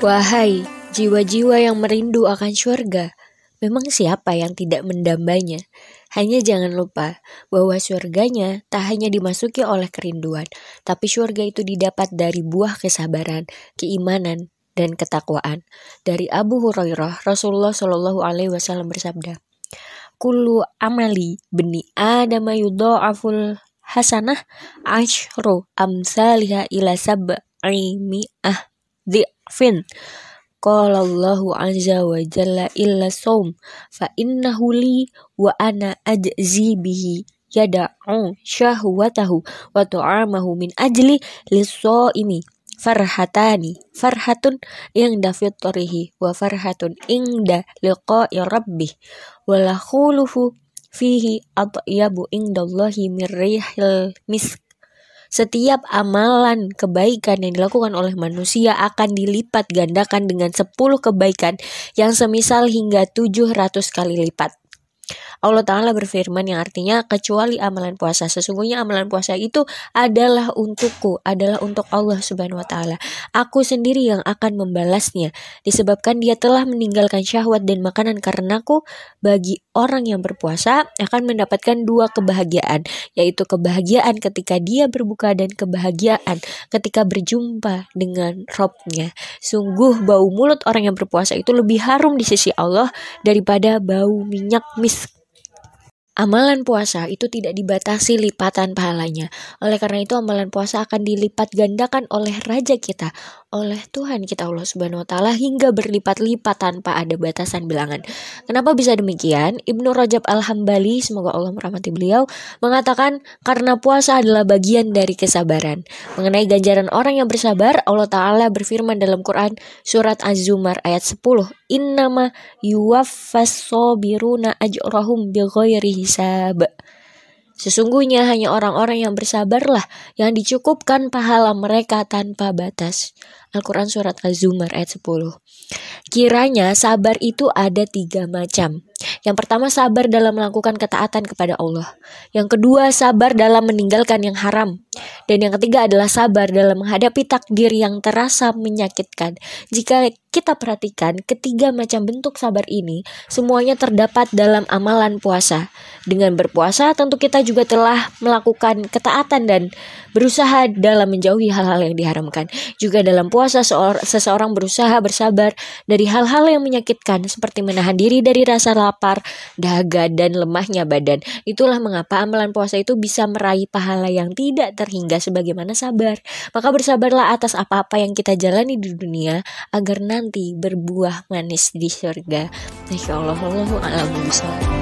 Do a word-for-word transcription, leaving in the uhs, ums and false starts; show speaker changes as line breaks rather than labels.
Wahai jiwa-jiwa yang merindu akan syurga, memang siapa yang tidak mendambanya? Hanya jangan lupa bahwa syurganya tak hanya dimasuki oleh kerinduan, tapi syurga itu didapat dari buah kesabaran, keimanan, dan ketakwaan. Dari Abu Hurairah, Rasulullah Shallallahu Alaihi Wasallam bersabda, "Kullu amali bni Adam yudha'aful hasanah ashru amsalha ila sab'i mi'ah dhi'fin." Qala Allahu azza wa jalla illa saum fa innahu li wa ana ajzi bihi yada'u syahwatahu wa ta'amahu min ajli lis-shaimi farhatani farhatun inda fitrihi wa farhatun inda liqa'i rabbih wa la khulufu fihi atyabu indallahi min rihil misk. Setiap amalan kebaikan yang dilakukan oleh manusia akan dilipat gandakan dengan sepuluh kebaikan yang semisal hingga tujuh ratus kali lipat. Allah Ta'ala berfirman yang artinya kecuali amalan puasa. Sesungguhnya amalan puasa itu adalah untukku, adalah untuk Allah Subhanahu Wa Ta'ala. Aku sendiri yang akan membalasnya. Disebabkan dia telah meninggalkan syahwat dan makanan karenaku. Bagi orang yang berpuasa akan mendapatkan dua kebahagiaan, yaitu kebahagiaan ketika dia berbuka dan kebahagiaan ketika berjumpa dengan Robnya. Sungguh bau mulut orang yang berpuasa itu lebih harum di sisi Allah daripada bau minyak misk. Amalan puasa itu tidak dibatasi lipatan pahalanya. Oleh karena itu amalan puasa akan dilipat gandakan oleh Raja kita, oleh Tuhan kita Allah Subhanahu Wa Ta'ala hingga berlipat-lipat tanpa ada batasan bilangan. Kenapa bisa demikian? Ibnu Rajab Al-Hambali, semoga Allah merahmati beliau, mengatakan karena puasa adalah bagian dari kesabaran. Mengenai ganjaran orang yang bersabar, Allah Ta'ala berfirman dalam Quran surat Az-Zumar ayat sepuluh, "Innama yuwaffas sabiruna ajrahum bighairi hisab." Sesungguhnya hanya orang-orang yang bersabarlah yang dicukupkan pahala mereka tanpa batas. Al-Quran surat Az-Zumar ayat sepuluh. Kiranya sabar itu ada tiga macam. Yang pertama sabar dalam melakukan ketaatan kepada Allah. Yang kedua sabar dalam meninggalkan yang haram. Dan yang ketiga adalah sabar dalam menghadapi takdir yang terasa menyakitkan. Jika kita perhatikan ketiga macam bentuk sabar ini semuanya terdapat dalam amalan puasa. Dengan berpuasa tentu kita juga telah melakukan ketaatan dan berusaha dalam menjauhi hal-hal yang diharamkan. Juga dalam puasa seseorang berusaha bersabar dari hal-hal yang menyakitkan seperti menahan diri dari rasa lapar, dahaga, dan lemahnya badan. Itulah mengapa amalan puasa itu bisa meraih pahala yang tidak terhingga sebagaimana sabar. Maka bersabarlah atas apa-apa yang kita jalani di dunia agar nanti berbuah manis di surga. Insyaallah, Allahu a'lam bishawab.